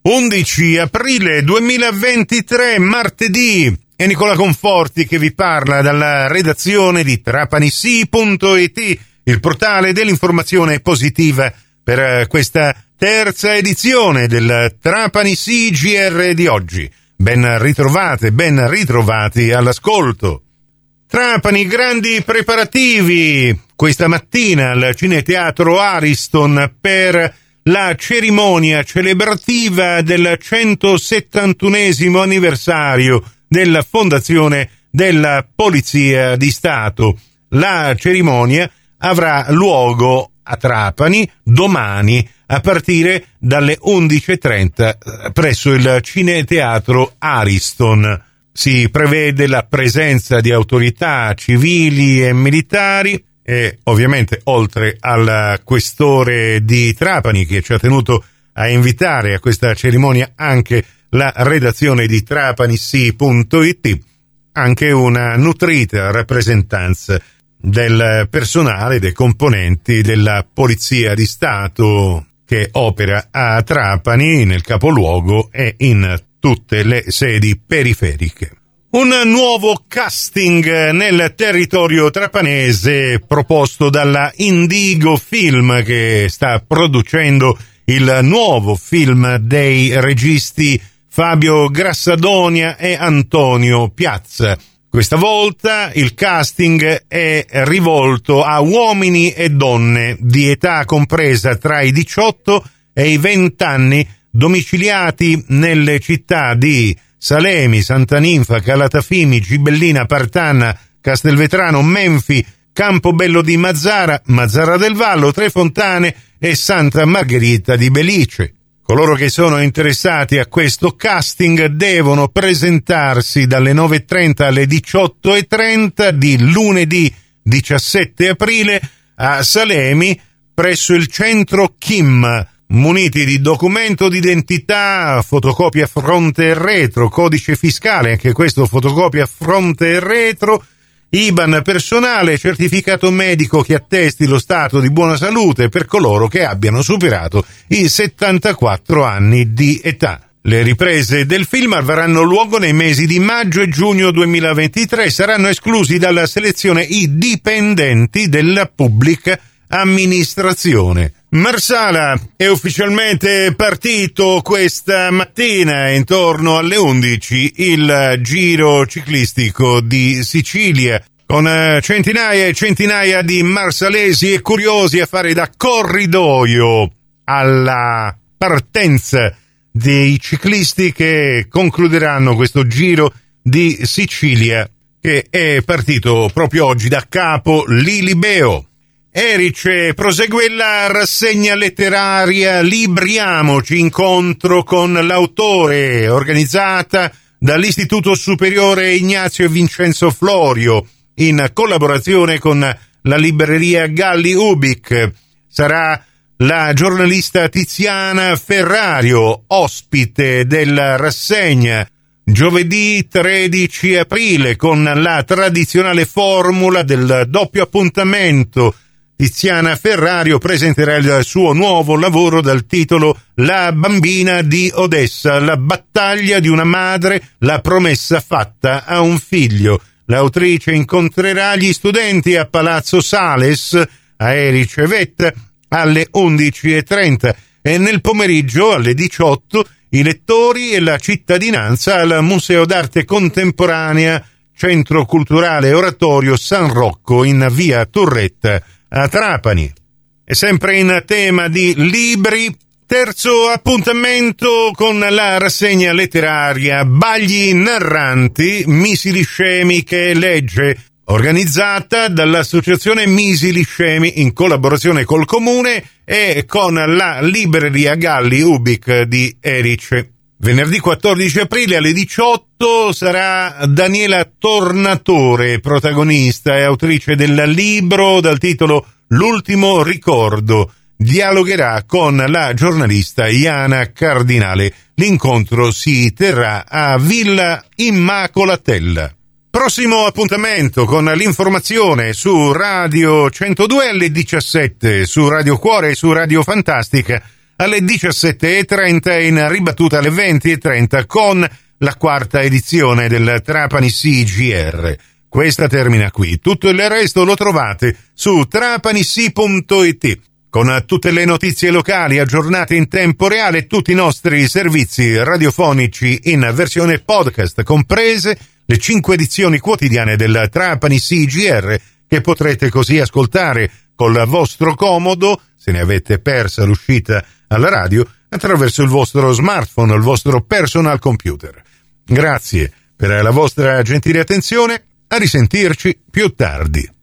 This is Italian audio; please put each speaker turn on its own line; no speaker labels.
11 aprile 2023, martedì, è Nicola Conforti che vi parla dalla redazione di trapanissi.it, il portale dell'informazione positiva, per questa terza edizione del Trapanissi GR di oggi. Ben ritrovate, ben ritrovati all'ascolto. Trapani, grandi preparativi questa mattina al Cineteatro Ariston per la cerimonia celebrativa del 171esimo anniversario della fondazione della Polizia di Stato. La cerimonia avrà luogo a Trapani domani a partire dalle 11:30 presso il Cineteatro Ariston. Si prevede la presenza di autorità civili e militari e ovviamente oltre al questore di Trapani che ci ha tenuto a invitare a questa cerimonia anche la redazione di trapanissi.it, anche una nutrita rappresentanza del personale, dei componenti della Polizia di Stato che opera a Trapani, nel capoluogo e in tutte le sedi periferiche. Un nuovo casting nel territorio trapanese proposto dalla Indigo Film, che sta producendo il nuovo film dei registi Fabio Grassadonia e Antonio Piazza. Questa volta il casting è rivolto a uomini e donne di età compresa tra i 18 e i 20 anni, domiciliati nelle città di Salemi, Santa Ninfa, Calatafimi, Gibellina, Partanna, Castelvetrano, Menfi, Campobello di Mazara, Mazara del Vallo, Trefontane e Santa Margherita di Belice. Coloro che sono interessati a questo casting devono presentarsi dalle 9:30 alle 18:30 di lunedì 17 aprile a Salemi presso il centro Kim, muniti di documento d'identità, fotocopia fronte e retro, codice fiscale, anche questo fotocopia fronte e retro, IBAN personale, certificato medico che attesti lo stato di buona salute per coloro che abbiano superato i 74 anni di età. Le riprese del film avranno luogo nei mesi di maggio e giugno 2023, saranno esclusi dalla selezione i dipendenti della pubblica amministrazione. Marsala è ufficialmente partito questa mattina intorno alle 11 il Giro ciclistico di Sicilia, con centinaia e centinaia di marsalesi e curiosi a fare da corridoio alla partenza dei ciclisti che concluderanno questo Giro di Sicilia, che è partito proprio oggi da Capo Lilibeo. Erice prosegue la rassegna letteraria Libriamoci, incontro con l'autore, organizzata dall'Istituto Superiore Ignazio e Vincenzo Florio in collaborazione con la libreria Galli Ubic. Sarà la giornalista Tiziana Ferrario ospite della rassegna giovedì 13 aprile con la tradizionale formula del doppio appuntamento. Tiziana Ferrario presenterà il suo nuovo lavoro dal titolo La bambina di Odessa, la battaglia di una madre, la promessa fatta a un figlio. L'autrice incontrerà gli studenti a Palazzo Sales, a Erice Vetta, alle 11:30 e nel pomeriggio alle 18 i lettori e la cittadinanza al Museo d'Arte Contemporanea, Centro Culturale Oratorio San Rocco in via Turretta a Trapani. E sempre in tema di libri, terzo appuntamento con la rassegna letteraria Bagli narranti, Missili scemi che legge, organizzata dall'associazione Missili scemi in collaborazione col comune e con la libreria Galli Ubic di Erice. Venerdì 14 aprile alle 18 sarà Daniela Tornatore, protagonista e autrice del libro dal titolo L'ultimo ricordo. Dialogherà con la giornalista Iana Cardinale. L'incontro si terrà a Villa Immacolatella. Prossimo appuntamento con l'informazione su Radio 102 alle 17, su Radio Cuore e su Radio Fantastica alle 17.30 e in ribattuta alle 20.30 con la quarta edizione del Trapani CGR. Questa termina qui, tutto il resto lo trovate su trapanisi.it con tutte le notizie locali aggiornate in tempo reale e tutti i nostri servizi radiofonici in versione podcast, comprese le 5 edizioni quotidiane del Trapani CGR che potrete così ascoltare col vostro comodo, se ne avete persa l'uscita alla radio, attraverso il vostro smartphone o il vostro personal computer. Grazie per la vostra gentile attenzione, a risentirci più tardi.